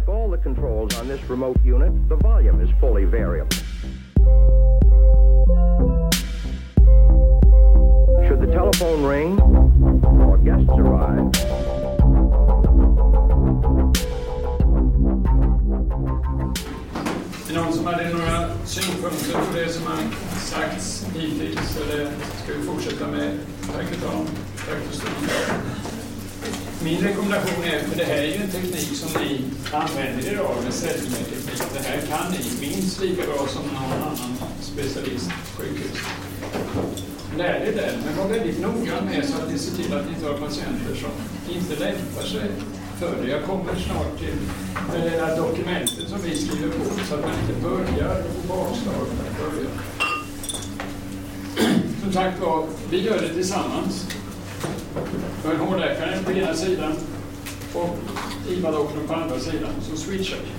Like all the controls on this remote unit, the volume is fully variable. Should the telephone ring or guests arrive, någon som hade några synpunkter på det som har sagts hittills, eller ska vi fortsätta med Traktorstol? Min rekommendation är, för det här är ju en teknik som ni använder idag med cellmätteknik. Det här kan ni minst lika bra som någon annan specialist på sjukhus. Lär er den, men var väldigt noga med så att ni ser till att ni inte har patienter som inte lämpar sig för det. Jag kommer snart till det där dokumentet som vi skriver på så att man inte börjar på bakslag när det börjar. Som sagt var, vi gör det tillsammans. För en hårläkaren på ena sidan och IVA-doktorn på andra sidan, så switchar vi.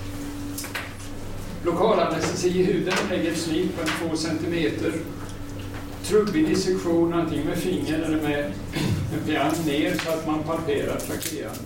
Lokalanestesi i huden, lägger ett snitt på 2 centimeter. Trubbig dissektion, antingen med finger eller med en pian ner så att man palperar trakean.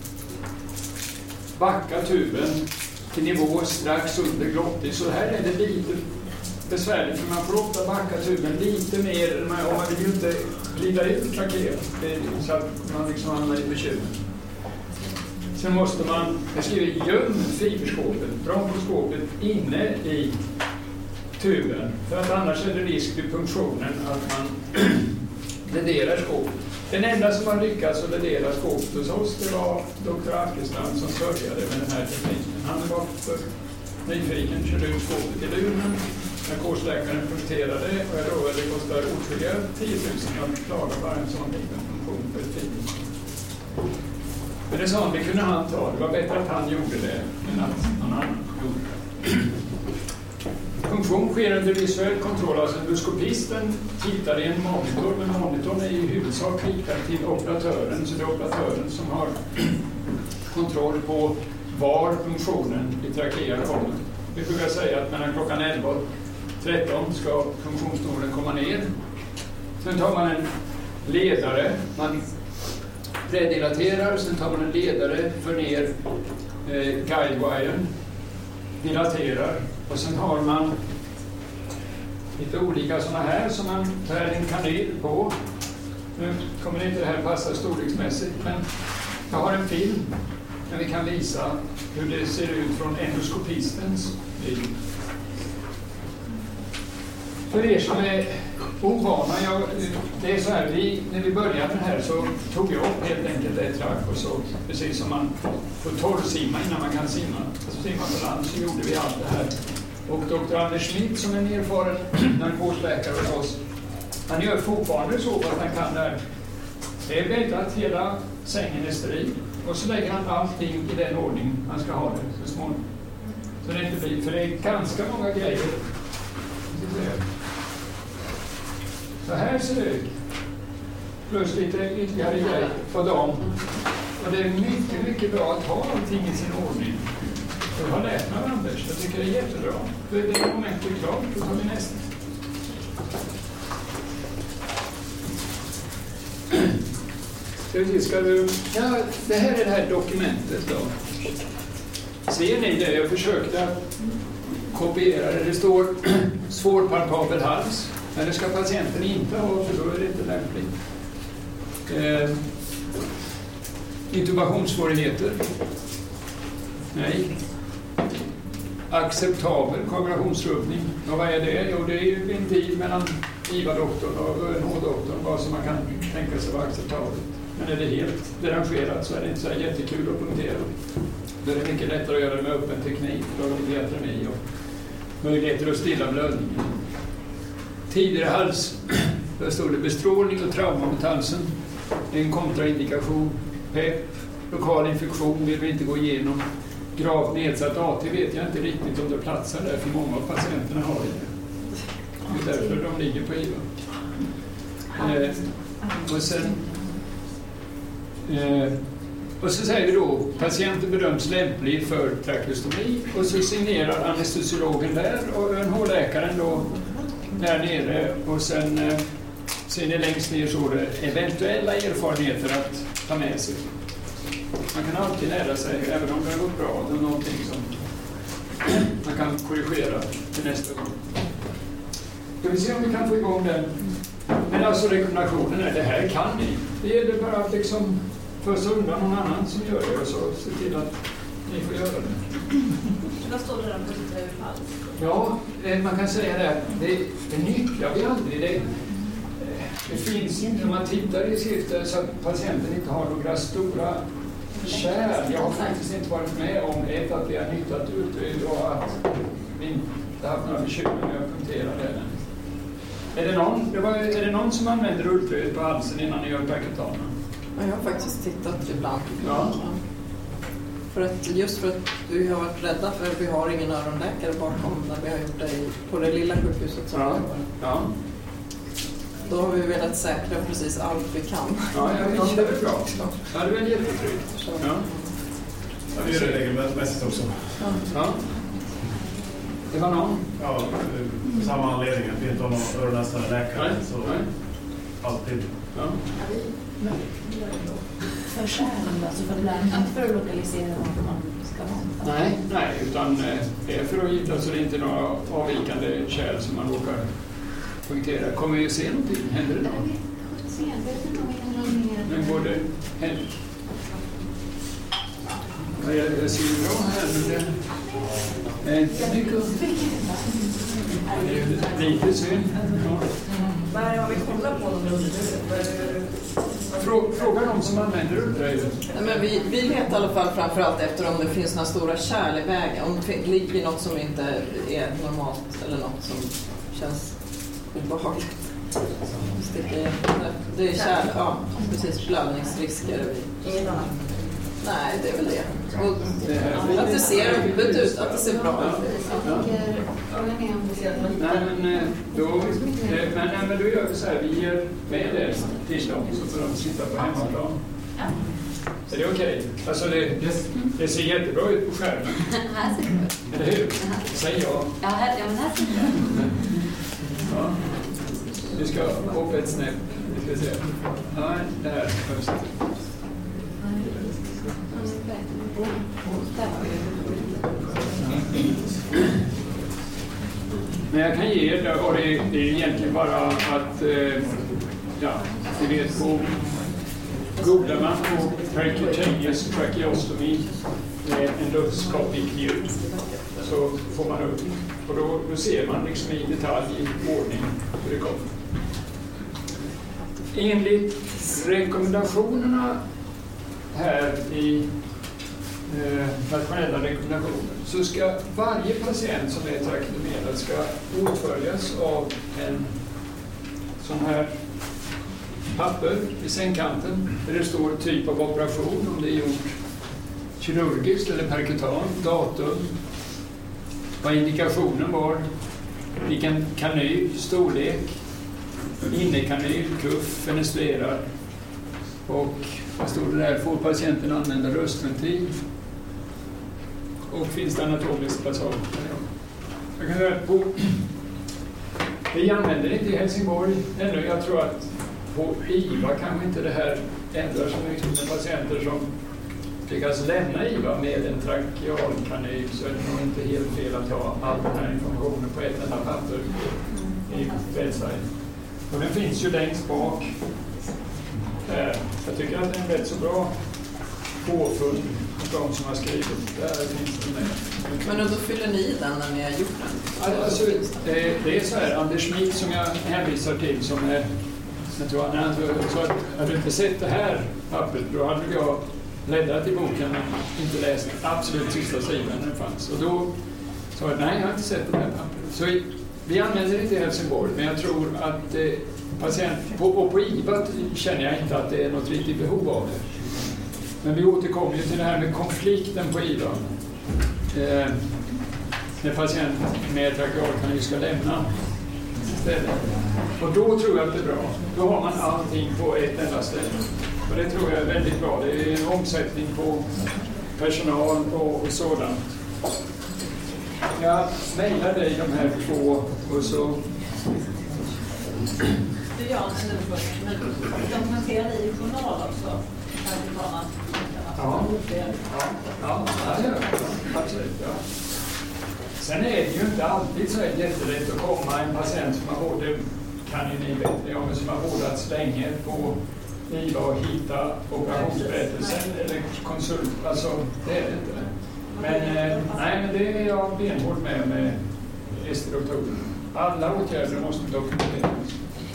Backa tuben till nivå strax under glottis. Så här är det lite besvärligt för man får ofta backa tuben lite mer och man vill ju inte glida ut trakean så att man liksom hamnar i bekymmer. Sen måste man, jag skriver, göm fiberskåpet, bronkoskåpet inne i tuben. För att annars är det risk vid punktionen att man lederar skåpet. Den enda som har lyckats att ledera skåpet hos oss, det var Dr. Ackerstrand som började med den här tekniken. Han var för nyfiken, körde ut skåpet i luren. Narkosläkaren punkterade och jag lovade att det kostar åtskilliga 10 000 att klara bara en sån liten funktion på ett fiber. Men det sa han, det kunde han ta. Det var bättre att han gjorde det än att någon annan gjorde det. Funktion sker under visuell kontroll, alltså endoskopisten tittar i en monitor, men monitorn är i huvudsak riktad till operatören, så det är operatören som har kontroll på var funktionen i trakean kommer. Vi brukar säga att mellan klockan 11 och 13 ska funktionsnålen komma ner. Sen tar man en ledare, man predilaterar, sen tar man en ledare för ner guidewiren, dilaterar. Och sen har man lite olika sådana här som man tar en kanil på. Nu kommer inte det här passa storleksmässigt, men jag har en film där vi kan visa hur det ser ut från endoskopistens bild. För er som är ovana, det är så här, när vi började med det här så tog jag upp helt enkelt ett track och så, precis som man får torrsimma innan man kan simma. Så simma på land så gjorde vi allt det här. Och Dr. Anders Schmidt som är en erfaren narkosläkare hos oss, han gör fortfarande så att han kan där. Det är bäddat, hela sängen är steril. Och så lägger han allting i den ordning han ska ha det så småningom. Så det inte blir, för det är ganska många grejer. Så här ser det ut. Plus lite ytterligare grejer på dem. Och det är mycket, mycket bra att ha allting i sin ordning. Jag har lärt mig Anders, jag tycker det är jättebra. Det är momentet klart, då tar vi nästa. Ja, det här är det här dokumentet då. Ser ni det? Jag försökte kopiera det. Det står svårpalpabel hals. Men det ska patienten inte ha, för då är det inte lämpligt. Intubationsvårigheter. Nej. Acceptabel koagulationsrubbning. Och vad är det? Jo, det är ju en tid mellan IVA-doktorn och ÖNH-doktorn vad som man kan tänka sig vara acceptabelt. Men är det helt derangerat så är det inte så jättekul att punktera. Då är det mycket lättare att göra det med öppen teknik, diatremi och möjligheter att stilla blödningen. Tidigare hals, där står det bestrålning och trauma mot halsen. En kontraindikation, PEP, lokal infektion vill vi inte gå igenom. Gravt nedsatt AT vet jag inte riktigt om det platsar där, för många av patienterna har det. Det är därför de ligger på IVA. Och så säger vi då, patienten bedöms lämplig för trakeostomi och så signerar anestesiologen där och ÖNH-läkaren då där nere och sen ser ni längst ner så det eventuella erfarenheter att ta med sig. Man kan alltid lära sig, även om det har gått bra, det är någonting som man kan korrigera till nästa gång. Ska vi se om vi kan få igång den. Men alltså rekommendationen är, det här kan ni. Det gäller bara att liksom fösa undan någon annan som gör det och så se till att ni får göra det. Vad står det där på sitt överfall? Ja, man kan säga det nyttjar vi aldrig. Det finns, när man tittar i skriften så att patienten inte har några stora kärl. Jag har faktiskt inte varit med om att vi har nyttjat ultraljud och att vi inte haft några bekymmer med att punktera det. Är det någon som använder ultraljud på halsen innan ni gör perkutanen? Ja, jag har faktiskt tittat ibland. Ja. Just för att vi har varit rädda för att vi har ingen öronläkare bakom när vi har gjort det på det lilla sjukhuset som vi har. Ja. Då har vi velat säkra precis allt vi kan. Ja, det är bra. Ja, det är väl jättetryggt. Ja. Vi gör det regelmässigt också. Ja. Det var någon? Ja, för samma anledning. Att vi inte har någon öronläsare läkare. Så alltid. Ja. För skärmen, alltså inte för att lokalisera vad man ska ha. Nej, utan det är för att hitta så det inte är några avvikande kärl som man råkar poängtera. Kommer vi att se någonting? Händer det något? Men går det händer? Ja, jag ser bra här, men det är inte mycket. Lite synd. Ja. Vad är det man vill kolla på om Fråga de som använder ultraljud. Men vi letar i alla fall framförallt efter om det finns några stora kärl i vägen. Om det ligger något som inte är normalt eller något som känns obehagligt. Det är kärl, ja, precis, blödningsrisker. Inget annat? Nej, det är väl det. Och att det ser öppet ut, att det ser bra ut. Men då gör vi så här, vi ger med det till dem så får de sitta på hemmaplan. Är det okej? Alltså det ser jättebra ut på skärmen. Här ser det ut. Eller hur? Säg ja. Ja, men här ser det ut. Ja. Vi ska hoppa ett snäpp. Vi ska se. Nej, det här först. Men jag kan ge det, och det är egentligen bara att ni vet på googlar man på percutaneous tracheostomy med endoskopisk ljud så får man upp och då ser man liksom i detalj i ordning hur det kommer. Enligt rekommendationerna här i nationella rekommendationer så ska varje patient som är trakeostomerad ska åtföljas av en sån här papper i sängkanten där det står typ av operation, om det är gjort kirurgiskt eller perkutan, datum, vad indikationen var, vilken kanyl, storlek, innekanyl, kuff, fenestrerad och vad står det där, får patienten använda röstventil och finns det anatomiskt passage. Jag kan säga på vi använder inte i Helsingborg ännu. Jag tror att på IVA kanske inte det här ändrar så mycket med patienter som lyckas lämna IVA med en trakealkanyl så är det nog inte helt fel att ha all den här informationen på ett enda papper i bedside. Och den finns ju längst bak. Jag tycker att det är en rätt så bra påfund av de som har skrivit. Där finns det med. Men då fyller ni i den när ni har gjort den? Alltså, det är så här, Anders Schmidt som jag hänvisar till som är, jag tror han så att hade du inte sett det här pappret då hade jag bläddrat i boken och inte läst absolut sista sidan när den fanns. Och då sa jag nej, jag har inte sett det här pappret. Så vi använder det inte i Helsingborg, men jag tror att på IVA känner jag inte att det är något riktigt behov av det. Men vi återkommer ju till det här med konflikten på IVA. När patient med trakealkanyl ska lämna stället. Och då tror jag att det är bra. Då har man allting på ett enda ställe. Och det tror jag är väldigt bra. Det är en omsättning på personal och sådant. Jag mejlar dig de här två och så... Du gör inte nu först, men de hanterar i journal också. Ja, absolut. Ja. Sen är det ju inte alltid så jättelätt att komma en patient som har vårdat, kan ju ni bättre, men som har vårdats länge på IVA och hitta operationsberättelsen eller konsult, alltså det är det inte. Men nej, men det är jag benhård med ST-doktorer. Alla åtgärder måste dokumenteras.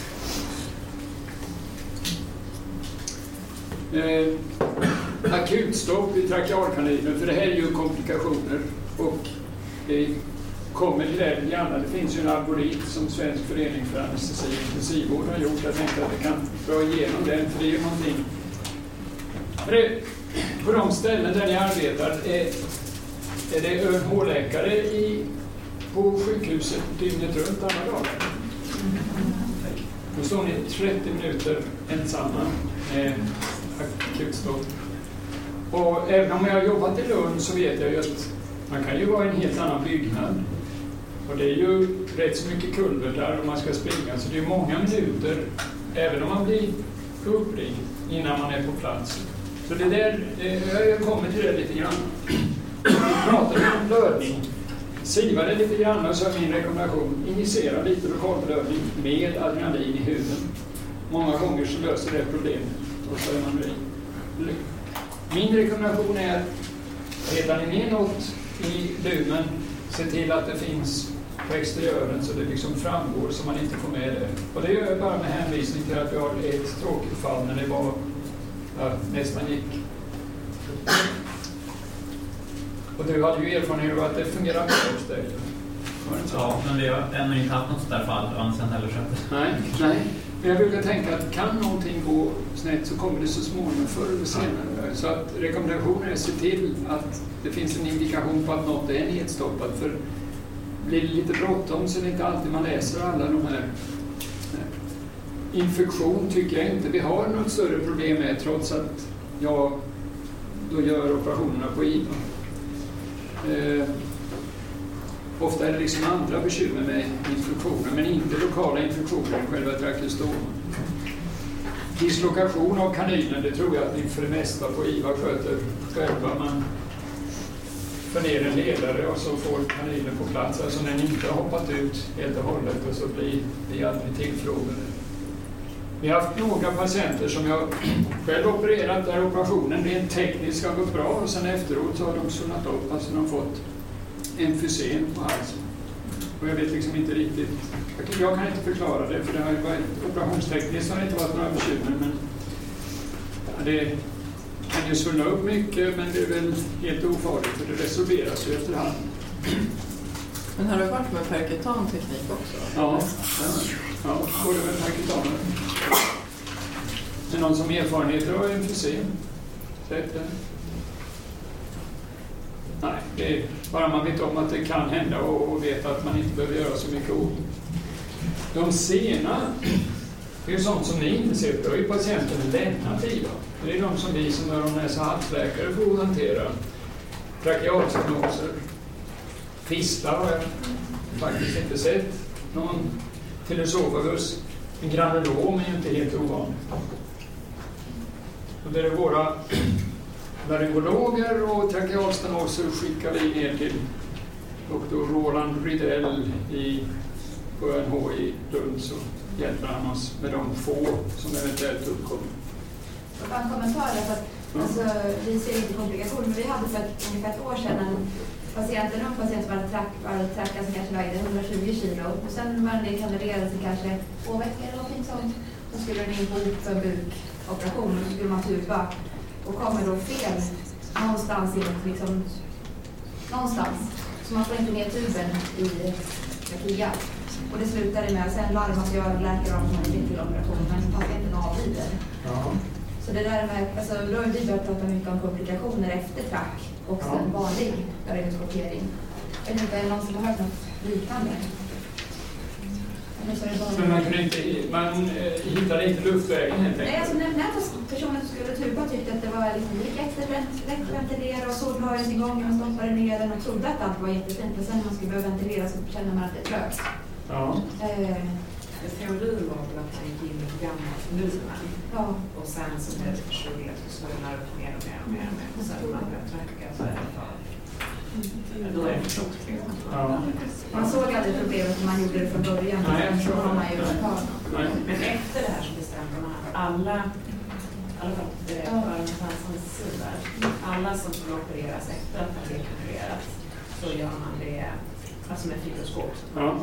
Akutstopp i trakealkaninen, för det här är ju komplikationer och det kommer till det gärna. Det finns ju en algoritm som Svensk förening för anestesi och intensivvård har gjort. Jag tänkte att det kan dra igenom den, för det är ju någonting. På de ställen där ni arbetar, är det ÖNH-läkare på sjukhuset dygnet runt alla dagar? Då står ni 30 minuter ensamma med akutstopp. Och även om jag har jobbat i Lund så vet jag ju att man kan ju vara i en helt annan byggnad. Och det är ju rätt så mycket kulvertar om man ska springa. Så det är många minuter, även om man blir uppringd, innan man är på plats. Så det där, jag kommer till det lite grann. Vi pratar om blödning. Siva det lite grann och så är min rekommendation. Injicera lite lokal blödning med adrenalin i huden. Många gånger så löser det problemet. Och så är man nöjd. Min rekommendation är att redan ni ner något i lumen, se till att det finns på exteriören så det liksom framgår så man inte får med det. Och det gör jag bara med hänvisning till att vi har ett tråkigt fall när det var nästan gick. Och du hade ju erfarenhet av att det fungerar bra hos dig. Ja, men vi har ännu inte haft något sådär fall och anser inte heller köpt. Nej. Men jag brukar tänka att kan någonting gå snett så kommer det så småningom förr eller senare. Så att rekommendationen är att se till att det finns en indikation på att något är nedstoppat. För blir det lite bråttom så är det inte alltid man läser alla de här. Infektion tycker jag inte vi har något större problem med trots att jag då gör operationerna på IVA. Ofta är det liksom andra bekymmer med infektioner, men inte lokala infektioner i själva trakeostomen. Dislokation av kaninen, det tror jag att ni för det mesta på IVA sköter själva. Man för ner en ledare och så får kaninen på plats. Alltså när ni inte har hoppat ut helt och hållet och så blir vi aldrig tillfrågade. Vi har haft några patienter som jag själv opererat där operationen rent tekniskt har gått bra och sen efteråt så har de sunnat upp, alltså de har fått emfysem på halsen. Och jag vet liksom inte riktigt, jag kan inte förklara det för det har ju varit operationstekniskt har det inte varit några bekymmer, men det kan ju svullna upp mycket, men det är väl helt ofarligt för det resorberas ju efterhand. Men har du varit med perkutan-teknik också? Ja, både med perkutaner. Är någon som erfarenheter av emfysem? Sätt det. Nej, det är bara man vet om att det kan hända och vet att man inte behöver göra så mycket åt. De sena, det är ju sånt som ni inte ser, då är ju patienten lämnat IVA. Det är de som vi som öron-näsa- och halsläkare får hantera. Trakealstenoser. Fistlar har jag faktiskt inte sett. Någon telesofagus. En granulom är ju inte helt ovanligt. Och det är våra laryngologer och trakealstenoser skickar vi ner till Dr. Roland Rydell på ÖNH i Lund, så hjälper han oss med de få som eventuellt uppkommer. Jag har en kommentar där, för att alltså, vi ser inte komplikationer, men vi hade för ungefär ett år sedan en patient som hade trackat som kanske vägde 120 kilo och sen var det kandiderade sig kanske 2 veckor eller någonting sånt. Så skulle den in på för bukoperation och så skulle man tuba och kommer då fel någonstans någonstans. Så man får inte ner tuben i trachea. Och det slutade med att sen larmas jag av läkare om man inte till operation, men patienten avlider. Ja. Så det där med, alltså då har vi börjat prata mycket om komplikationer efter track och sen vanlig laryngoscopering. Jag vet inte, är det någon som har hört något liknande? Men man hittade inte luftvägen helt enkelt? Nej, alltså när personen som skulle tuba tyckte att det var lite extra lätt att ventilera och solblöjt igång och man stoppade ner den och trodde att allt var jättefint. Men sen när man skulle börja ventilera så känner man att det är trögt. Ja. Teorin var väl att man gick in i programmet Ja. och sen så blev det försvullet och svullnar upp mer och mer och mer. Och sen när man börjar tracka så är det för... Då är det tråkigt liksom. Ja. Man såg aldrig problemet när man gjorde det från början. Nej, Så har man ju kvar. Men efter det här så bestämde man att alla alla som får opereras efter att man är opererat så gör man det alltså med filoskop. Ja.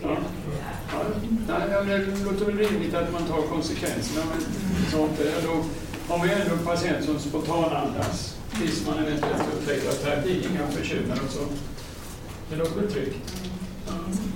Det låter väl rimligt att man tar konsekvenserna, men sånt är då. Om vi ändå en patient som spontanandas tills man eventuellt upptäcker att det blir inga bekymmer och så. Det låter väl tryggt. Ja.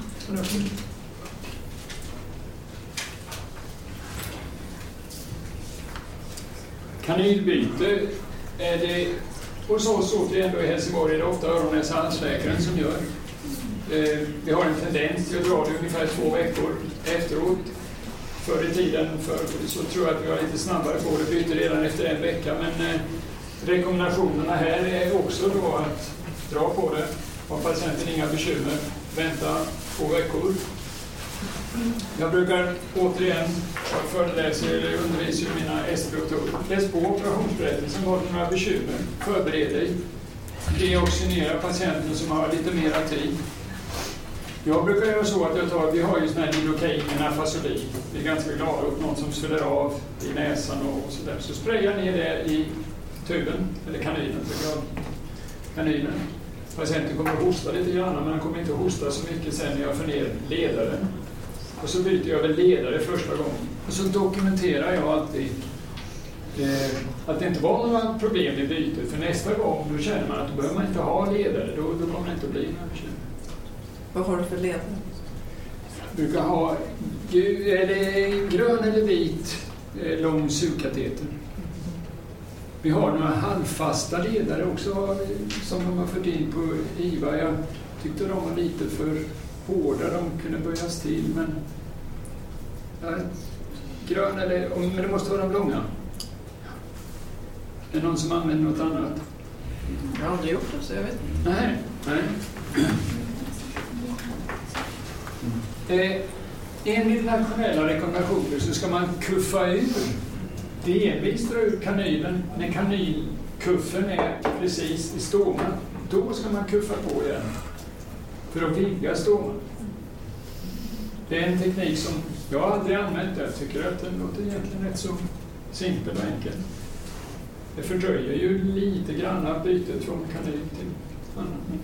Kanylbyte är det hos oss återigen då i Helsingborg är det ofta öron-, näsa- och halsläkaren som gör. Vi har en tendens till att dra det ungefär 2 veckor efteråt. Förr i tiden så tror jag att vi var lite snabbare på det, bytte redan efter 1 vecka. Men rekommendationerna här är också då att dra på det. Har patienten inga bekymmer, vänta 2 veckor. Jag brukar återigen föreläsa eller undervisa mina SB-doktorer. Läs på operationsberättelsen, har du några bekymmer, förbered dig. Deoxynera patienten som har lite mera tid. Jag brukar göra så att vi har ju sån här lidocain, Nafazolid. Vi är ganska glada åt någon som sväller av i näsan och sådär. Så sprayar ner det i tuben, eller kanylen, tycker jag. Kanylen. Patienten kommer att hosta lite grann, men han kommer inte att hosta så mycket sen när jag får ner ledaren. Och så byter jag väl ledare första gången. Och så dokumenterar jag alltid att det inte var några problem i bytet. För nästa gång då känner man att då behöver man inte ha ledare. Då kommer det inte att bli några bekymmer. Vad har du för ledare? Jag brukar ha grön eller vit lång sugkateter. Vi har några halvfasta ledare också som de har fört in på IVA. Jag tyckte de var lite för hårda, de kunde böjas till, men grön men det måste vara de långa. Är det någon som använder något annat? Jag har aldrig gjort det, så jag vet inte. Nej. Enligt nationella rekommendationer så ska man kuffa ur, delvis dra ur kanylen när kanylkuffen är precis i stoman. Då ska man kuffa på igen för att vidga stoman. Det är en teknik som jag aldrig använt. Jag tycker att den låter egentligen rätt så simpel och enkel. Det fördröjer ju lite grann bytet från kanyl till annan.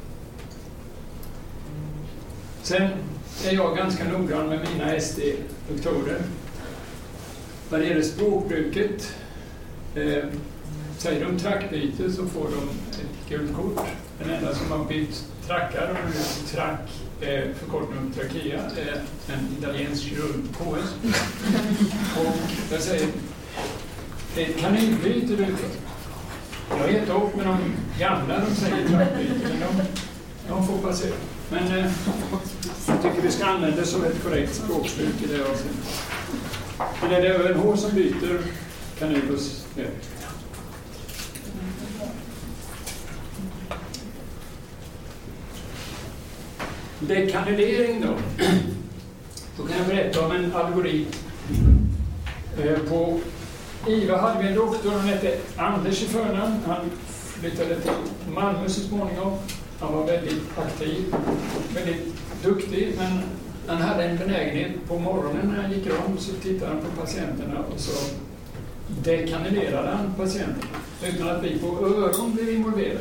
Sen är jag ganska noggrann med mina SD-doktorer. Vad det gäller språkbruket, säger de trackbyte så får de ett gult kort. Den enda som har bytt trackar och track förkortning trakea är en italiensk kirurg, KS. Och jag säger, det är ett kanylbyte du utför. Jag har gett upp med de gamla, de säger trackbyte, men de får passera. Men jag tycker vi ska använda det som ett korrekt språkbruk i det avseendet. Men är det ÖNH som byter kanylus? Ja. Dekanylering då. Då kan jag berätta om en algoritm. På IVA hade vi en doktor, han hette Anders i förnamn. Han flyttade till Malmö så småningom. Han var väldigt aktiv, väldigt duktig, men han hade en benägenhet på morgonen när han gick runt så tittade han på patienterna och så dekanylerade han patienterna utan att vi på öron blev involverade.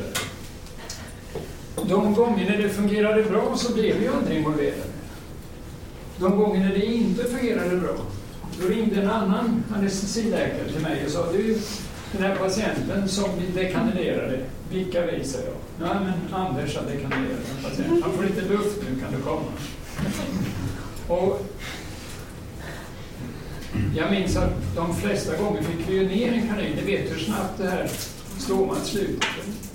De gånger när det fungerade bra så blev vi aldrig involverade. De gånger när det inte fungerade bra, då ringde en annan anestesiläkare till mig och sa du, den här patienten som vi dekanylerade, vilka visar jag? Nej, men Anders har dekanylerat en patient. Han får lite luft nu, kan du komma? Och jag minns att de flesta gånger fick vi ner en kanyl. Ni vet hur snabbt det här stomat slutar.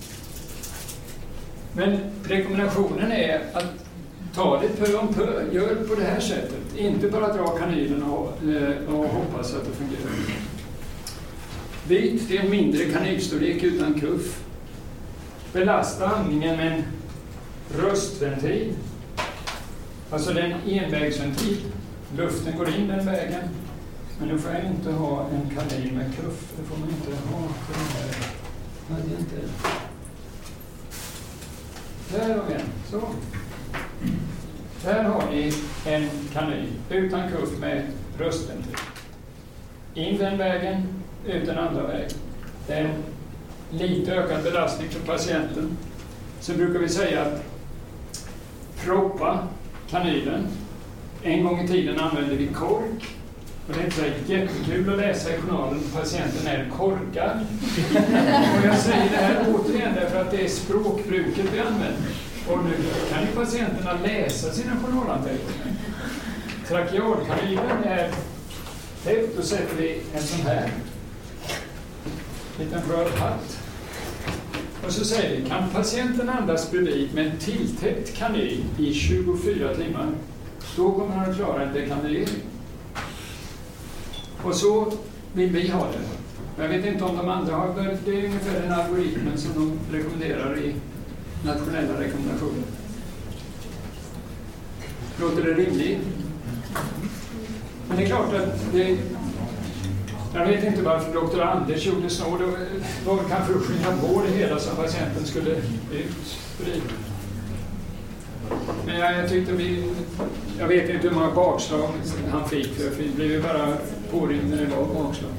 Men rekommendationen är att ta det pö om pö. Gör på det här sättet. Inte bara dra kanylen och hoppas att det fungerar. Byt till en mindre kanylstorlek utan kuff. Belasta andningen med en röstventil. Alltså den envägsventil. luften går in den vägen. Men nu får jag inte ha en kanin med kuff. Det får man inte ha på den här. Nej, det är inte. Där har vi en. Så. Där har ni en kanin utan kuff med röstventil. In den vägen, ut den andra vägen. Det är en lite ökad belastning för patienten. Så brukar vi säga att proppa kanylen. En gång i tiden använde vi kork. Och det är inte så jättekul att läsa i journalen. Patienten är korkad. Och jag säger det här återigen därför att det är språkbruket vi använder. Och nu kan ju patienterna läsa sina journalanteckningar. Trakealkanylen är täppt. Då sätter vi en sån här liten röd hatt. Och så säger vi, kan patienten andas bredvid med en tilltäppt kanyl i 24 timmar, då kommer han att klara en dekandilering. Och så vill vi ha det. Jag vet inte om de andra har, det är ungefär den algoritmen som de rekommenderar i nationella rekommendationer. Låter det rimligt? Men det är klart att det, jag vet inte varför doktor Anders gjorde så. Det var kanske att skynda på det hela som patienten skulle ut. Men jag tyckte jag vet inte hur många bakslag han fick. För det blev ju bara påringd när det var bakslag.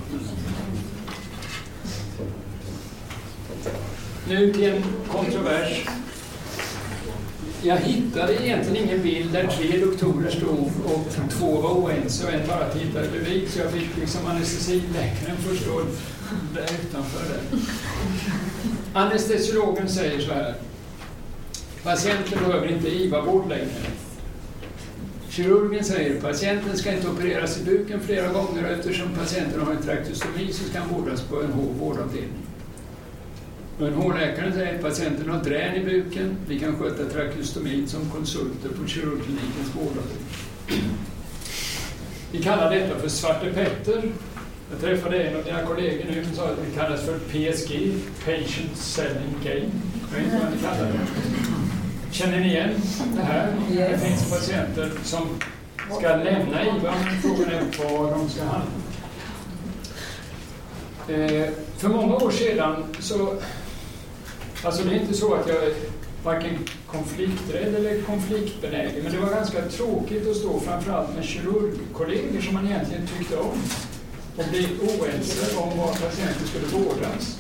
Nu till en kontrovers. Jag hittade egentligen ingen bild där 3 doktorer stod och 2 var oense och en bara tittade bredvid. Så jag fick liksom anestesiläkaren förstå där utanför det. Anestesiologen säger så här. Patienten behöver inte IVA-vård längre. Kirurgen säger patienten ska inte opereras i buken flera gånger eftersom patienten har en traktostomi så ska han vårdas på en vårdavdelning. UNH-läkaren säger att patienten har drän i buken. Vi kan sköta trakeostomin som konsulter på kirurgklinikens vårdavdelning. Vi kallar detta för Svarte Petter. Jag träffade en av mina kollegor nu som sa att det kallas för PSG, Patient Selling Game. Jag vet inte vad ni kallar det. Känner ni igen det här? Det finns patienter som ska lämna IVA, men frågan är vad de ska hamna. För många år sedan så, alltså det är inte så att jag är varken konflikträdd eller konfliktbenägen, men det var ganska tråkigt att stå framförallt med kirurgkollegor som man egentligen tyckte om och bli oense om var patienter skulle vårdas.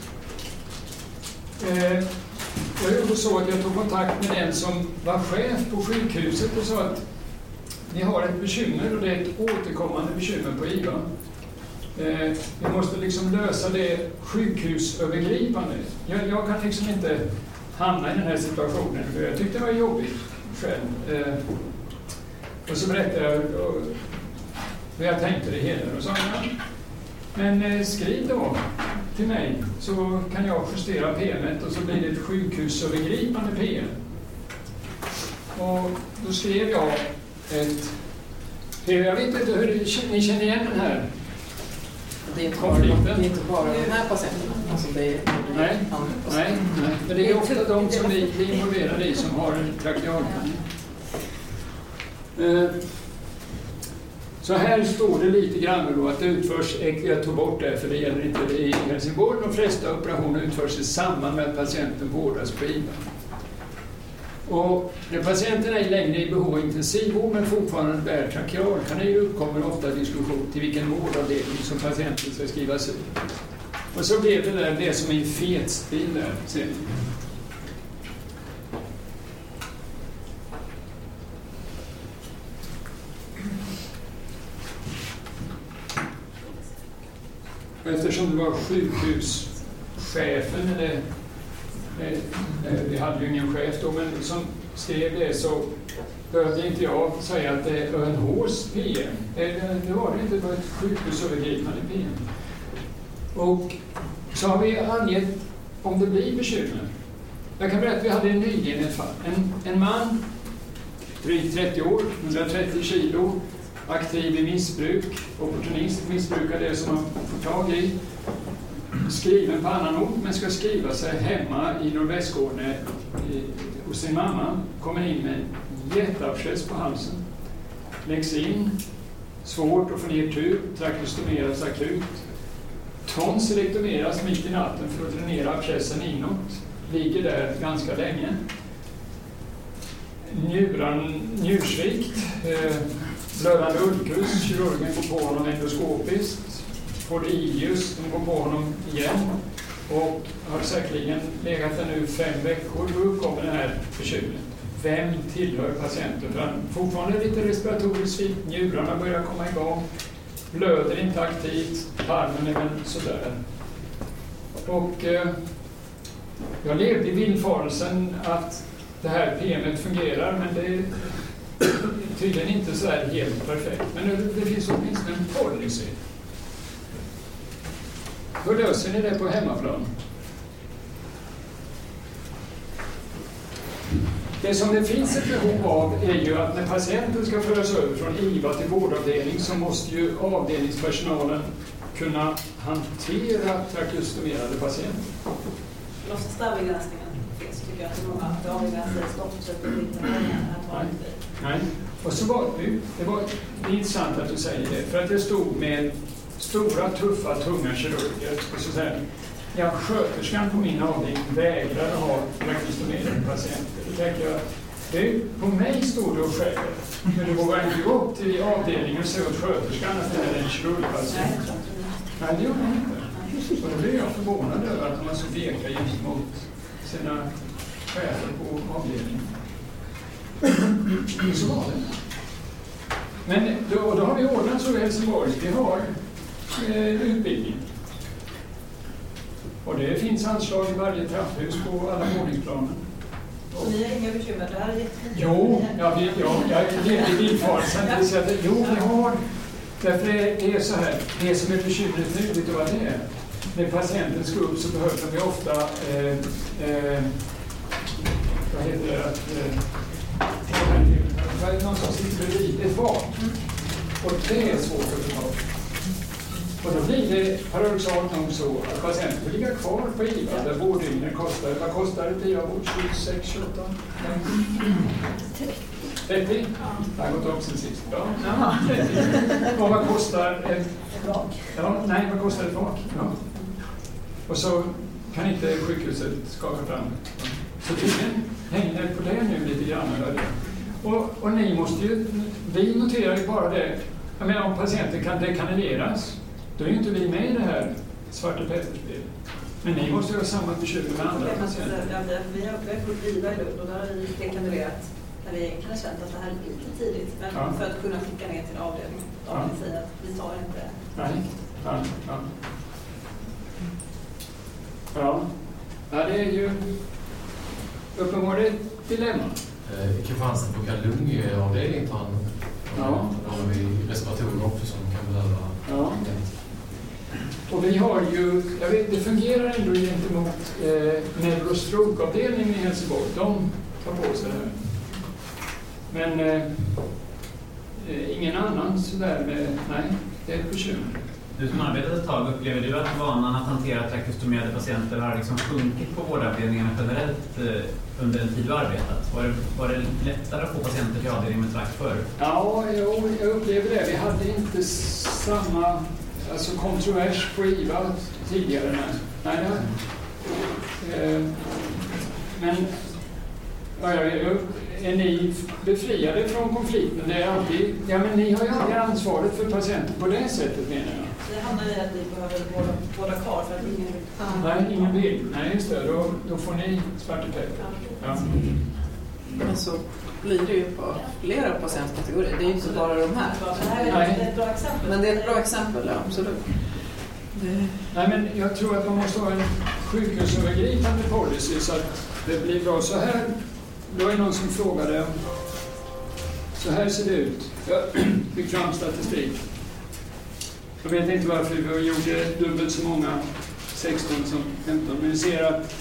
Jag gjorde så att jag tog kontakt med den som var chef på sjukhuset och sa att ni har ett bekymmer och det är ett återkommande bekymmer på IVA. Vi måste liksom lösa det sjukhusövergripande. Jag kan liksom inte hamna i den här situationen för jag tyckte det var jobbigt själv. Och så berättade jag hur jag tänkte det hela och sa men skriv då till mig så kan jag justera PM:et och så blir det ett sjukhusövergripande PM. Och då skrev jag jag vet inte hur ni känner igen den här det är inte konflikten. Det är inte bara de här patienterna. Alltså det är nej. Men det är ofta de som blir involverade i som har en trakealkanyl. Så här står det lite grann då att det utförs, jag tog bort det för det gäller inte i Helsingborg, de flesta operationer utförs i samband med att patienten vårdas på IVA. Och när patienten är längre i behov av intensivvård men fortfarande bär trakealkanyl uppkommer ofta diskussion till vilken vårdavdelning som patienten ska skrivas ut. Och så blev det som en fetstil där sen. Eftersom det var sjukhuschefen, eller vi hade ju ingen chef då, men som skrev det så behövde inte jag säga att det är UNHs PM. Det var det inte, det var ett sjukhusövergripande PM. Och så har vi angett om det blir bekymmer. Jag kan berätta att vi hade nyligen ett fall. En man, drygt 30 år, 130 kilo, aktiv i missbruk, opportunist, missbrukar det som man får tag i, skriven på annan ort men ska skriva sig hemma i Nordvästskåne hos sin mamma, kommer in med jätteabscess på halsen, läggs in, svårt att få ner tub, trakeostomeras akut. Tonsilektomeras mitt i natten för att dränera abscessen inåt. Ligger där ganska länge. Njursvikt, blödande ulkus, kirurgen går på honom endoskopiskt. Får ileus, de går på honom igen. Och har säkerligen legat där nu 5 veckor. Då uppkommer den här förkylningen. Vem tillhör patienten? För han fortfarande lite respiratoriskt svikt, njurarna börjar komma igång. Blöder inte aktivt, tarmen är väl sådär. Och jag levde i villfarelsen att det här PM:et fungerar, men det är tydligen inte så här helt perfekt. Men det finns åtminstone en policy. Hur löser ni det på hemmaplan? Det som det finns ett behov av är ju att när patienten ska föras över från IVA till vårdavdelning så måste ju avdelningspersonalen kunna hantera trakeostomerade patienter. Låtsas där begränsningen finns, tycker jag att många att avgränsade stoppsätter inte Nej. Och så var det är intressant att du säger det, för att jag stod med stora, tuffa, tunga kirurger och så säger sköterskan på min avdelning vägrar ha trakeostomerade patienter. Då tänker jag, på mig stod det och skäller. Men du vågar inte gå upp till avdelningen och säga åt sköterskan att det är en kirurgpatient. Nej, det gjorde hon inte. Och då blev jag förvånad över att de var så veka gentemot sina chefer på avdelningen. Så var det. Men då har vi ordnat så i Helsingborg. Vi har utbildning. Och det finns anslag i varje trapphus på alla våningsplaner. Så ni har inga bekymmer? Det här är jättemycket. Jo, jag är villfarelsen. Jo, vi har. Därför det är så här. Det som är bekymret nu, vet du vad det är? När patienten ska upp så behöver de ofta vad heter det? Vad är det någon som sitter bredvid? Ett vak. Och det är svårt att förstå. Och då blir det paradoxalt nog så att patienten får ligga kvar på IVA där vårddygnen kostar. Vad kostar ett IVA-vård? 26, 28? 30? Det har gått upp sen sist. Ja, 30. Och vad kostar ett vak? Ja, nej, vad kostar ett vak? Ja. Och så kan inte sjukhuset skaka fram. Så tydligen hänger det på det nu lite grann. Och ni måste ju, vi noterar ju bara det. Jag menar, om patienten kan dekanaleras, då är ju inte vi med i det här Svarte Petter-spelet. Men ni måste ju ha samma bekymmer med andra patienter. Vi har fått IVA i Lund och då har vi dekanulerat när vi egentligen har känt att det här är lite tidigt. Men för att kunna skicka ner till avdelningen. Avdelningen säger att vi tar inte. Nej. Ja, det är ju uppenbarligen ett dilemma. I Kristianstad på lungavdelning tar han. Då har vi respiratorer också som kan behöva. Ja. Och vi har ju, jag vet, det fungerar ändå gentemot neurostrokeavdelningen i Helsingborg. De tar på sig det här. Men ingen annan sådär med, nej, det är ett bekymmer. Du som arbetat ett tag, upplever du att vanan att hantera trakeostomerade patienter har liksom sjunkit på vårdavdelningarna generellt under den tid du arbetat? Var det lättare att få patienter till avdelningen med trakt förr? Ja, jag upplever det. Vi hade inte samma kontrovers på IVA tidigare. Nej. Men är ni befriade från konflikten? Det är alltid, men ni har ju aldrig ansvaret för patienten på det sättet, menar jag. Det handlar i att vi behöver båda kvar för att ingen vill. Nej, ingen vill. Nej, just det. Då får ni Svarte Petter. Ja. Men så blir det ju på flera patientkategorier. Det är ju inte bara de här. Det här är ett bra exempel. Men det är ett bra exempel, ja, absolut. Nej, men jag tror att man måste ha en sjukhusövergripande policy så att det blir bra. Så här, då är någon som frågade, så här ser det ut. Jag fick fram statistik. Jag vet inte varför vi gjorde dubbelt så många 16 som 15, men vi ser att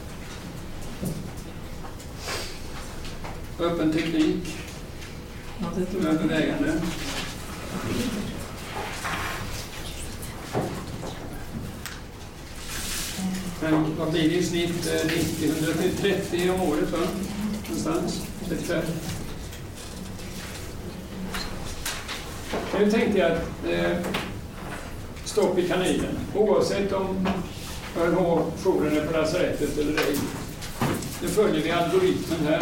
öppen teknik övervägande. Men vad blir det i snitt? 90-130 om året, va? Någonstans? 35. Nu tänkte jag att stopp i kanylen, oavsett om jouren är på lasarettet eller ej. Nu följer vi algoritmen här.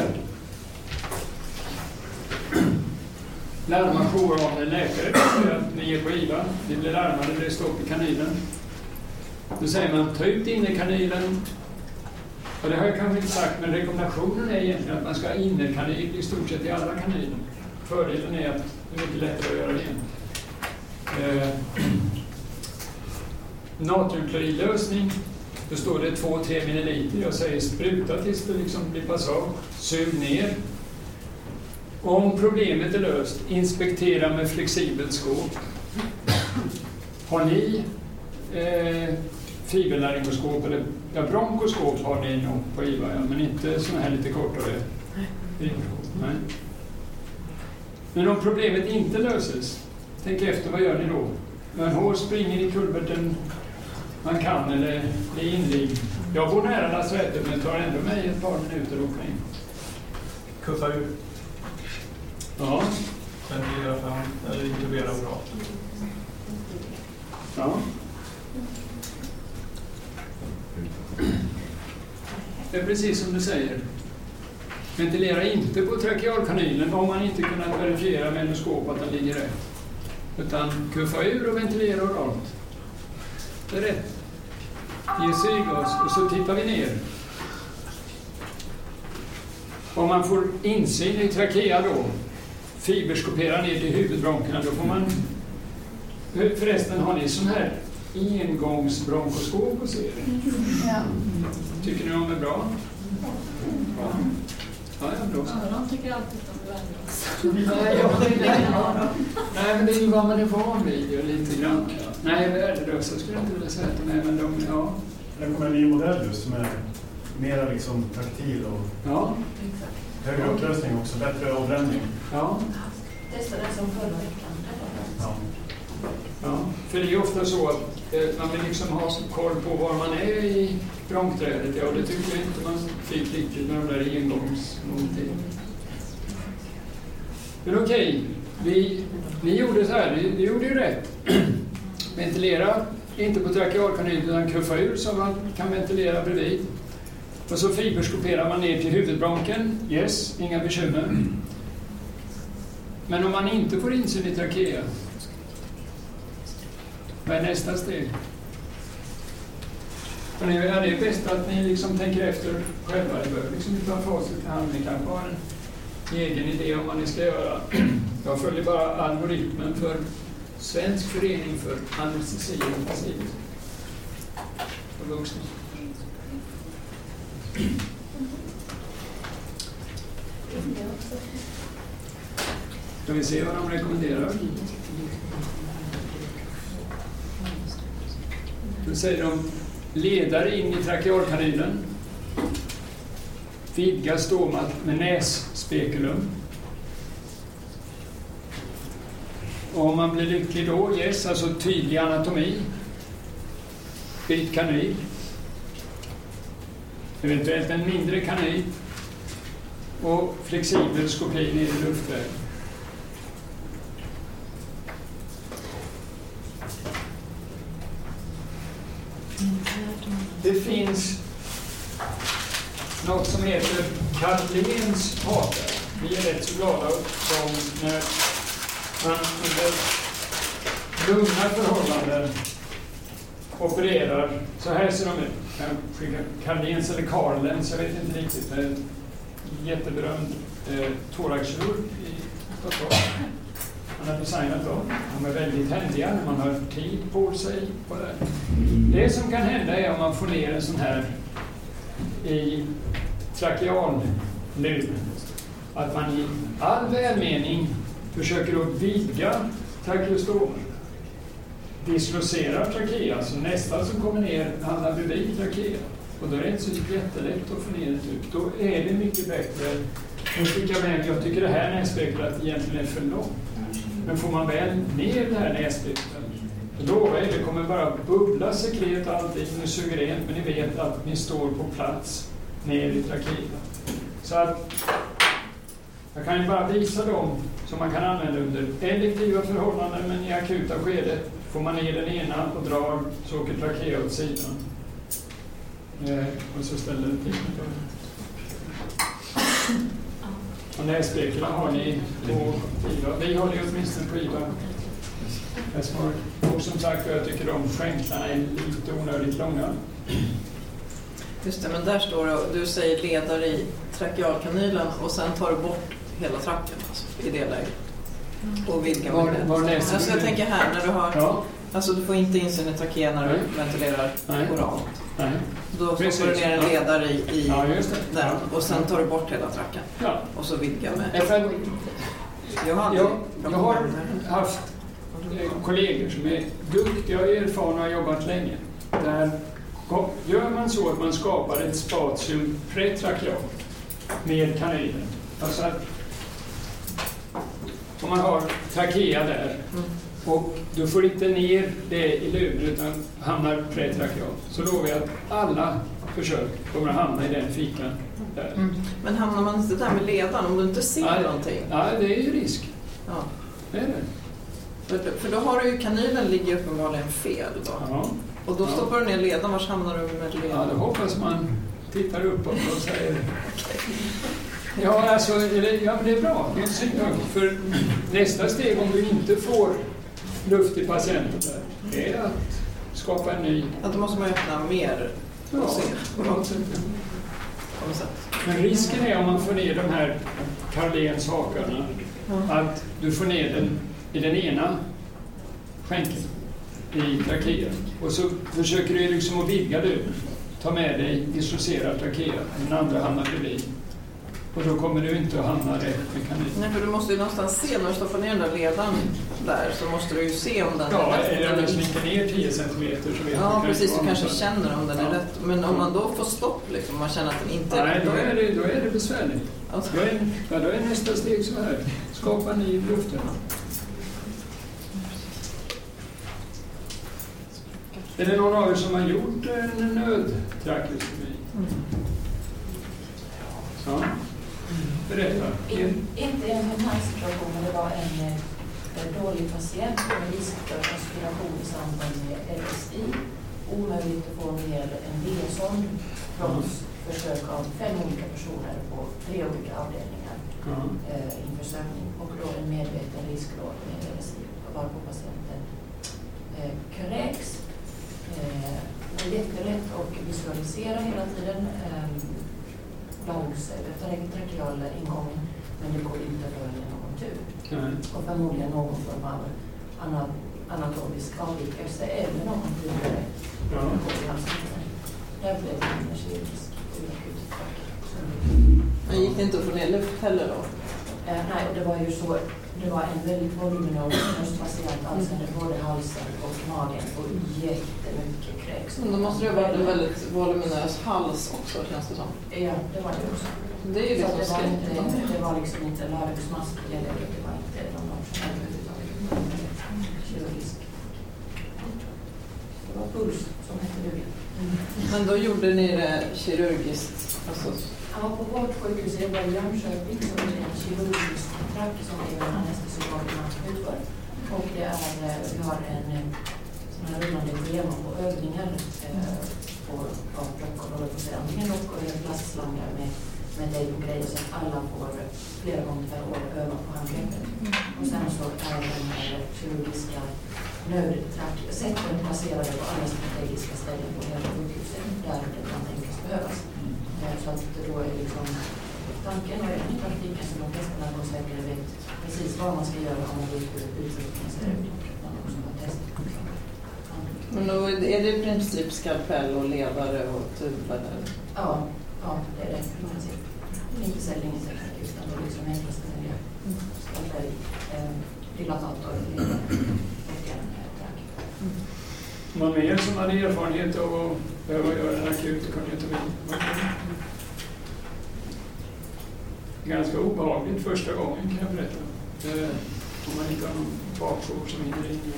Larma jourhavande läkare att ni är på IVA. Ni blir larmade, det är stopp i kanylen. Då säger man, ta ut innerkanylen. Och det har jag kanske inte sagt, men rekommendationen är egentligen att man ska ha innerkanyl i stort sett i alla kanyler. Fördelen är att det är mycket lättare att göra det igen. Natriumkloridlösning, då står det 2-3 ml. Jag säger spruta tills det liksom blir passage. Sug ner. Om problemet är löst, inspektera med flexibelt skåp. Har ni fiberlaryngoskop eller bronkoskop har ni nog på IVA, ja, men inte såna här lite kortare. Nej. Men om problemet inte löses, tänk efter, vad gör ni då? En hår springer i kulverten man kan eller är inlig. Jag bor nära lasarettet men tar ändå mig ett par minuter att åka in. Kuffa ur. Ja. Ventilera fram eller intubera bra. Ja. Det är precis som du säger. Ventilera inte på trakealkanylen om man inte kunnat verifiera med endoskop att den ligger rätt. Utan kuffa ur och ventilera oralt. Det är rätt. Ge syrgas och så tittar vi ner. Om man får insyn i trakea då, fiberskopera ner till huvudbronkerna, då får man... Förresten, har ni sån här engångsbronkoskop och ser? Ja. Tycker ni de är bra? Ja. Ja, bra. Ja, de tycker alltid att de är värdelösa. Nej, men det är ju vad man är van vid lite grann. Nej, värdelösa skulle jag inte vilja säga att de är, men de, ja. Det kommer en ny modell just som är mer liksom taktil och högre upplösning också, bättre avbränning. Ja. Testade det som förra veckan. Ja, för det är ju ofta så att man vill liksom ha koll på var man är i bronkträdet. Ja, det tycker jag inte man fick riktigt med de där engångsmonterna. Men okej, vi gjorde så här, vi gjorde ju rätt. Ventilera, inte på trakealkanylen utan kuffa ur så man kan ventilera bredvid. Och så fiberskoperar man ner till huvudbronken. Yes, inga bekymmer. Men om man inte får insyn i trakea, vad är nästa steg? Och det är bäst att ni liksom tänker efter själva. Det behöver liksom inte ha facit i hand. Ni kanske har en egen idé om vad ni ska göra. Jag följer bara algoritmen för Svensk förening för anestesi och intensivvård för vuxna. Ska vi se vad de rekommenderar? Då säger de ledare in i trakealkanylen, vidga stomat med nässpekulum. Och om man blir lycklig då, yes, alltså tydlig anatomi, byt kanyl, eventuellt en mindre kanyl och flexibel skopi ner i luftväg. Det finns något som heter Carléns hatar. Vi är rätt så glada som när man under lugna förhållanden opererar. Så här ser de ut. Jag skickar Carléns eller Carlens, jag vet inte riktigt. Det är en jätteberömd thoraxkirurg i Stockholm. Han har designat dem. De är väldigt händiga när man har tid på sig på det. Det som kan hända är om man får ner en sån här i trakeallun. Att man i all välmening försöker att vidga trakeostomen. Dislocerar trakea, så nästa som kommer ner hamnar bredvid trakea. Och då är det inte så jättelätt att få ner det ut. Då är det mycket bättre. Jag tycker det här nässpeklet egentligen är för långt. Men får man väl ner det här nässpeklet, då är det kommer bara bubbla sekret allting med sugerent, men ni vet att ni står på plats ner i trakea. Så att Jag kan ju bara visa dem som man kan använda under elektiva förhållanden, men i akuta skede får man ner den ena och drar så åker trakea åt sidan. Och så ställer den till. Och nässpekulan har ni på IVA. Vi har det åtminstone på IVA. Och som sagt, jag tycker de skänklarna är lite onödigt långa. Just det, men där står det, du säger ledare i trakealkanylen och sen tar du bort hela tracken alltså, i det läget. Och vidgar alltså jag tänker här, när du har... Ja. Alltså du får inte insyn i trakean när du ventilerar oralt. Nej. Då får du ner en ledare i den och sen tar du bort hela tracken. Ja. Och så vidgar med... Jag har haft kollegor som är duktiga och erfarna och har jobbat länge. Där gör man så att man skapar ett spatium pretrakealt med kanylen. Alltså att om man har trakea där och du får inte ner det i luven utan hamnar pretrakealt, så lovar jag att alla försök kommer att hamna i den fickan där. Mm. Men hamnar man inte där med ledan om du inte ser någonting? Ja, det är ju risk. Ja. Det är det. För då har du ju kanylen ligger uppenbarligen fel då. Ja. Och då stoppar du ner ledan, vars hamnar du med ledan? Ja, då hoppas man tittar uppåt och säger ja, alltså, men det är bra. Det är synpunkt. För nästa steg om du inte får luft i patienten där, är att skapa en ny... Ja, då måste man öppna mer och se. Men risken är om man får ner de här Carléns hakarna att du får ner den i den ena skänken i trakean. Och så försöker du liksom att vidga du. Ta med dig dissocierad trakea. Den andra hamnar bredvid. Och då kommer du inte att hamna rätt med kanylen. Nej, för du måste ju någonstans se när du stoppar ner den där ledan där, så måste du ju se om den är rätt. Eller om den slinker ner 10 centimeter så vet ja, precis. Du kanske känner om den är rätt. Men om man då får stopp, liksom, man känner att den inte är rätt. Nej, då är det besvärligt. Alltså. Då är nästa steg så här. Skapa ny luften. Är det någon av er som har gjort en nödtrakeostomi? Ja. Berätta. Inte en sån här situation, men det var en dålig patient med risk för aspiration i samband med LSI. Omöjligt att få ner en V-sond trots försök av 5 olika personer på 3 olika avdelningar inför sökning. Och då en medveten risklåd med LSI varpå patienten kräks. Det är jättelätt att visualisera hela tiden långs eller trakeal ingången, men det går inte att röra någon tur. Och förmodligen någon form av anatomisk avvikelse eller någon tidigare där blev det en kirurgisk men gick det inte att få ner luft heller då? Nej, det var ju så. Det var en väldigt voluminös patient, alltså både halsen och magen och jättemycket kräks. Men då måste det vara en väldigt voluminös hals också, känns det som. Ja, det var det också. Det är ju liksom det var liksom inte larvsmask eller det var inte någon kirurgisk. Det var puls som hette duga. Men då gjorde ni det kirurgiskt? Alltså. Ja, på vårt sjukhus är det bara i Jönköping som är en kirurgisk track som är en anestesiologerna utför. Och det är, vi har en sån här rullande schema på övningar på antingen dockor eller plastslangar med tejp och grejer så att alla får flera gånger per år öva på handgreppet. Och sen så är den här kirurgiska nödtracksätten placerade på alla strategiska ställen på hela sjukhuset där det kan tänkas behövas. Så att då är liksom tanken och även i praktiken så de flesta läkare vet precis vad man ska göra om man vill utrustningen ser ut. Man också har testat. Men då är det i princip skalpell och ledare och tuber? Ja, det är det i princip. Inte cellingningsteknik utan då liksom enklaste miljö. Skalpell, dilatator, ledare och en track. Man mer som hade erfarenhet av att behöva göra en akut kraniotomi. Ganska obehagligt första gången kan jag berätta. Om man inte har någon baksår som hinner in.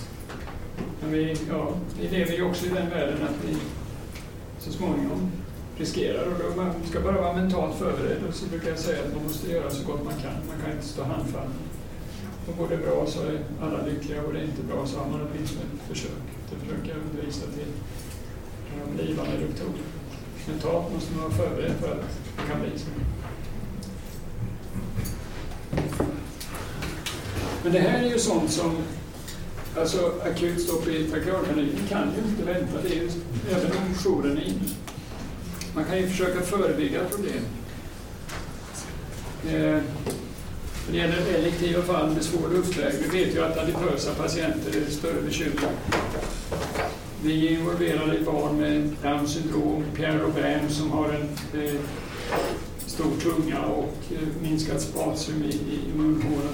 Men vi lever ju också i den världen att vi så småningom riskerar. Och då man ska bara vara mentalt förberedd, och så brukar jag säga att man måste göra så gott man kan. Man kan inte stå handfallen. Och går det bra så är alla lyckliga, och det är inte bra så har man åtminstone ett försök. Det försöker jag undervisa till blivande doktorer. Mentalt måste man vara förberedd för att det kan bli så. Men det här är ju sånt som, alltså akut stopp i trakealkanylen kan ju inte vänta. Det är ju även om jouren är inne. Man kan ju försöka förebygga problem. Det gäller elektiva fall med svår luftväg. Vi vet ju att adipösa patienter är större bekymmer. Vi är involverade i barn med Downs syndrom, Pierre Robin som har en stor tunga och minskat spatium i munhålan.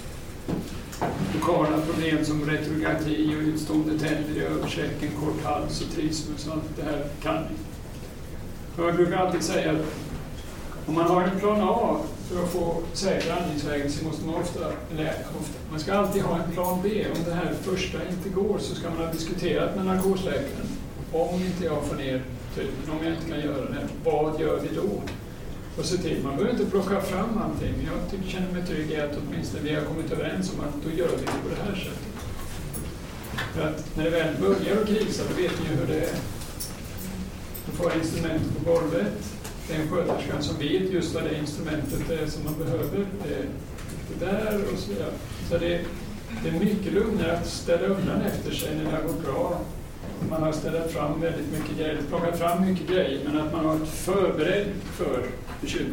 Lokala problem som retrogradi och utstående tänder i översäcken, kort hals och trismus och allt det här kan ni. Jag brukar alltid säga att om man har en plan A för att få säkra andningsvägen så måste man man ska alltid ha en plan B. Om det här första inte går så ska man ha diskuterat med narkosläkaren. Om inte jag får ner typen, om jag inte kan göra det, vad gör vi då? Och se till, man behöver inte plocka fram allting. Jag känner mig trygg i att åtminstone vi har kommit överens om att då gör vi det på det här sättet. För att när det väl börjar att krisa, då vet ni ju hur det är. Man får instrument på golvet. Det är en sköterska som vet just vad det instrumentet är som man behöver. Det där och så vidare. Så det är mycket lugnare att ställa undan efter sig när det har gått bra. Man har ställt fram väldigt mycket grejer, plockat fram mycket grejer, men att man har varit förberedd för bekymmer.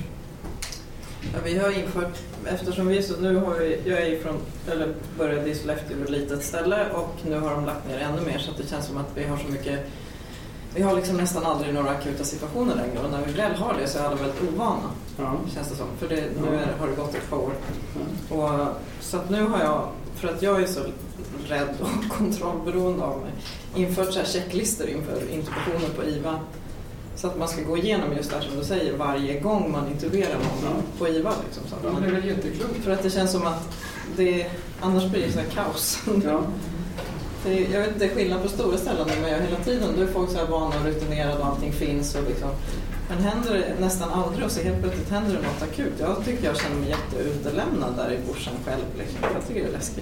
Ja, vi har infört, eftersom vi så nu har jag är från, eller började i Sollefteå ett litet ställe och nu har de lagt ner ännu mer så att det känns som att vi har så mycket, vi har liksom nästan aldrig några akuta situationer längre och när vi väl har det så är alla väldigt ovana, känns det som. För det, nu har det gått ett par år. Och, så att nu har jag, för att jag är så rädd och kontrollberoende av mig, infört så här checklistor inför intubationer på IVA. Så att man ska gå igenom just det som du säger varje gång man intuberar någon på IVA. Liksom, så att det är väl jätteklokt. För att det känns som att annars blir det så här kaos. Ja. Jag vet inte, det är skillnad på stora ställen men jag hela tiden, då är folk så här vana och rutinerade och allting finns. Och liksom, men händer det nästan aldrig och så helt plötsligt händer det något akut. Jag tycker jag känner mig jätteutelämnad där i Borsen själv. Liksom. Jag tycker det är läskigt.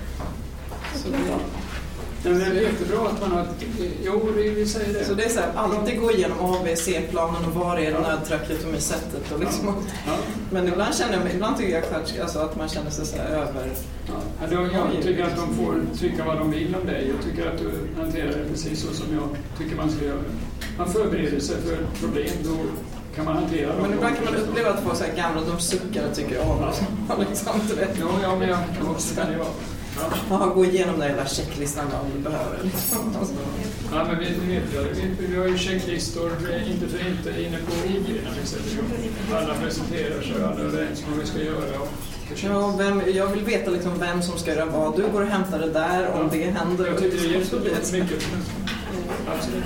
Så det är jättebra att man har... Jo, vi säger det. Så det är så här, alltid gå igenom ABC-planen och var är nödtrakeotomi-sättet och liksom. Ja. Men ibland tycker jag alltså, att man känner sig så här över... Ja. Jag tycker att de får tycka vad de vill om dig. Jag tycker att du hanterar det precis så som jag tycker man ska göra. Man förbereder sig för problem, då kan man hantera dem. Men ibland kan man uppleva att få så här gamla, de suckar och tycker liksom inte det. Ja, men jag också kan det vara. Ja, gå igenom den där checklistan om du behöver. Ja, men vi har ju checklistor, inte för inte, inne på IG. Alla presenterar sig, alla är överens om vad vi ska göra. Ja, jag vill veta liksom vem som ska göra vad. Du går och hämtar det där om det händer. Jag tycker det är jättemycket. Absolut.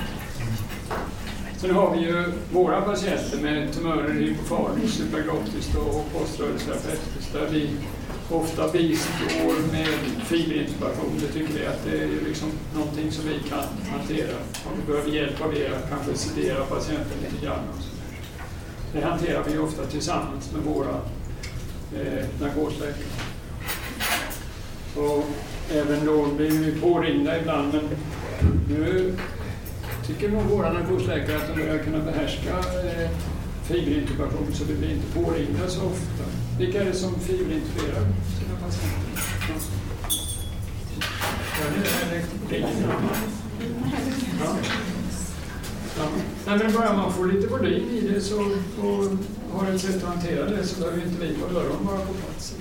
Sen har vi ju våra patienter med tumörer i hypofagis, supraglottiskt och poströrelseterapeutiskt där vi ofta bistår med fiberintubation. Det tycker vi att det är liksom någonting som vi kan hantera. Om vi behöver hjälp av er att kanske sedera patienten lite grann. Det hanterar vi ofta tillsammans med våra narkosläkare. Och även då blir vi påringda ibland, men nu tycker nog våra narkosläkare att de börjar kunna behärska fiberintubation så vi blir inte påringda så ofta. Vilka är det som fiberintuberar sina patienter? Nej, men bara man får lite volym i det så, och har ett sätt att hantera det så behöver inte vi på dörren vara på platsen.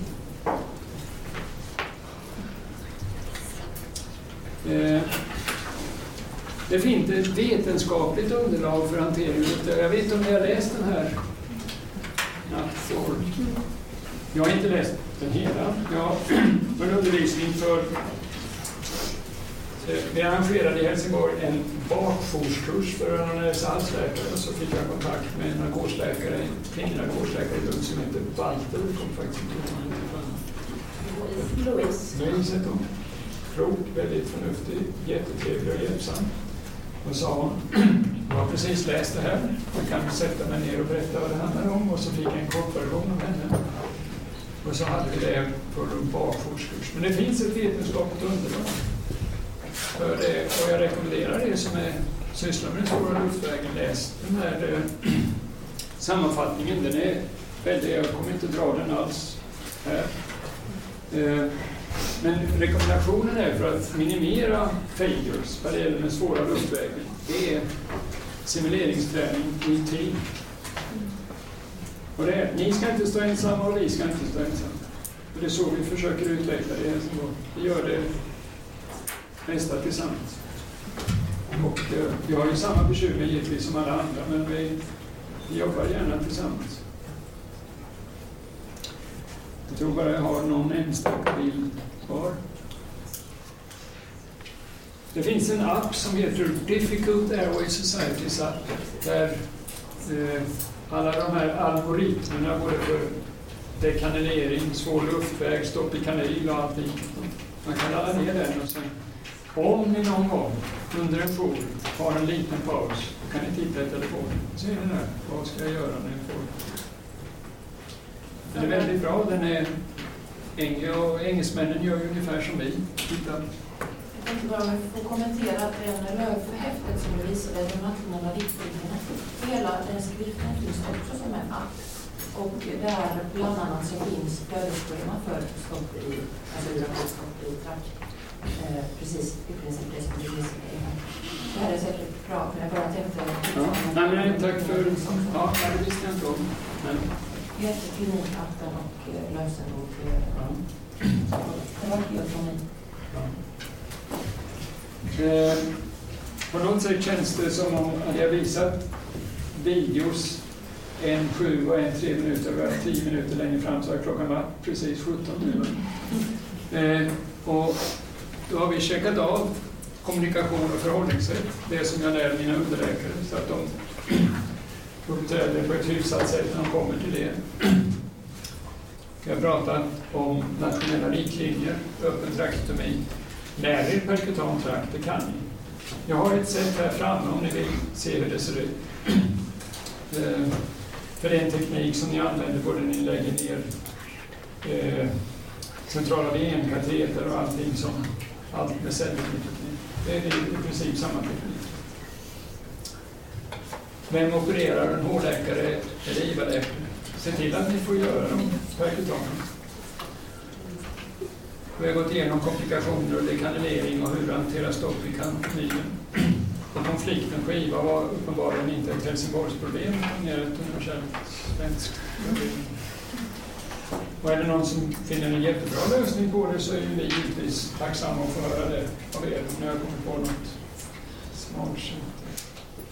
Det finns ett vetenskapligt underlag för hanteringen. Jag vet inte om ni har läst den här. Jag har inte läst den hela. Jag har en undervisning för... Vi arrangerade i Helsingborg en bakjourskurs för en analysläkare och så fick jag kontakt med en narkosläkare, en kvinnlig narkosläkare i Lund som heter Walter. Kom faktiskt inte Louise heter hon. Klok, väldigt förnuftig, jättetrevlig och hjälpsam. Och sa hon, Jag har precis läst det här. Jag kan sätta mig ner och berätta vad det handlar om. Och så fick jag en kort version av henne. Och så hade vi det på en bakforskurs. Men det finns ett vetenskapligt underlag för det. Och jag rekommenderar er som sysslar med den svåra luftvägen, läs den här sammanfattningen. Den är väldigt, jag kommer inte dra den alls här. Men rekommendationen är för att minimera failures vad det gäller den svåra luftvägen. Det är simuleringsträning i team. Och ni ska inte stå ensamma och vi ska inte stå ensamma. Och det är så vi försöker utveckla det. Vi gör det mesta tillsammans. Och vi har ju samma bekymmer givetvis som alla andra, men vi jobbar gärna tillsammans. Jag tror bara jag har någon enstaka bild kvar. Det finns en app som heter Difficult Airway Societies app, där alla de här algoritmerna, både för dekanalering, svår luftväg, stopp i kanil och allting. Man kan ladda ner den och sen, om ni någon gång under en jour har en liten paus, då kan ni titta i telefonen. Ser ni där? Vad ska jag göra när jag får? Den är väldigt bra. Den är engelsmännen gör ju ungefär som vi. Titta. Jag tänkte bara få kommentera att den LÖF-häftet som du visade, de nationella riktlinjerna, hela den skriften finns också som en app. Och där bland annat så finns flödesschema för stopp i, alltså stopp i track. Precis, i princip det som du visade. Det här är säkert bra, för jag bara tänkte... Ja, nej, tack för... Ja, det visste jag inte om. Men... Jätteklinikappen och lösenord. Det var helt från mig. På något sätt känns det som om jag visat videos 1:07 och 3 minuter och 10 minuter längre fram så har klockan varit precis 17 nu. Och då har vi checkat av kommunikation och förhållningssätt. Det som jag lär mina underläkare så att de uppträder på ett hyfsat sätt när de kommer till det. Jag har pratat om nationella riktlinjer, öppen trakeotomi. Lär er perkutan trakt, det kan ni. Jag har ett sätt här framme om ni vill se hur det ser ut. För det är en teknik som ni använder både när ni lägger ner centrala venkateter och allting som allt med cellteknik. Det är i princip samma teknik. Vem opererar en hårläkare eller IVA-läkare? Se till att ni får göra dem perkutaner. Vi har gått igenom komplikationer och dekanalering och hur hantera stopp i kanylen. Och konflikten på IVA var uppenbarligen inte ett Helsingborgsproblem, utan ett universellt svenskt problem. Och är det någon som finner en jättebra lösning på det så är vi givetvis tacksamma att få höra det av er när jag kommer på något smart sätt.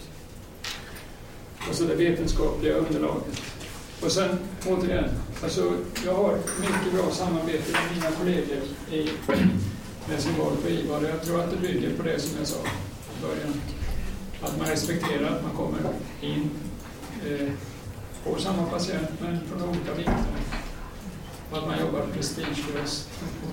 Och så det vetenskapliga underlaget. Och sen återigen, alltså jag har mycket bra samarbete med mina kollegor i Helsingborg på IVA. Jag tror att det bygger på det som jag sa i början. Att man respekterar att man kommer in på samma patient men från olika vinklar. Och att man jobbar prestigelöst.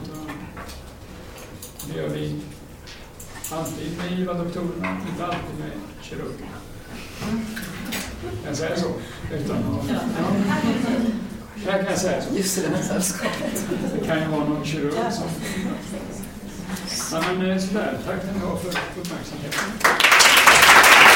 Det gör vi alltid med IVA-doktorerna, inte alltid med kirurgerna. Jag säger så, utan att... Jag kan säga så. Just det här sällskapet. Det kan ju vara någon kirurg som... Ja, men sådär. Tack för uppmärksamheten.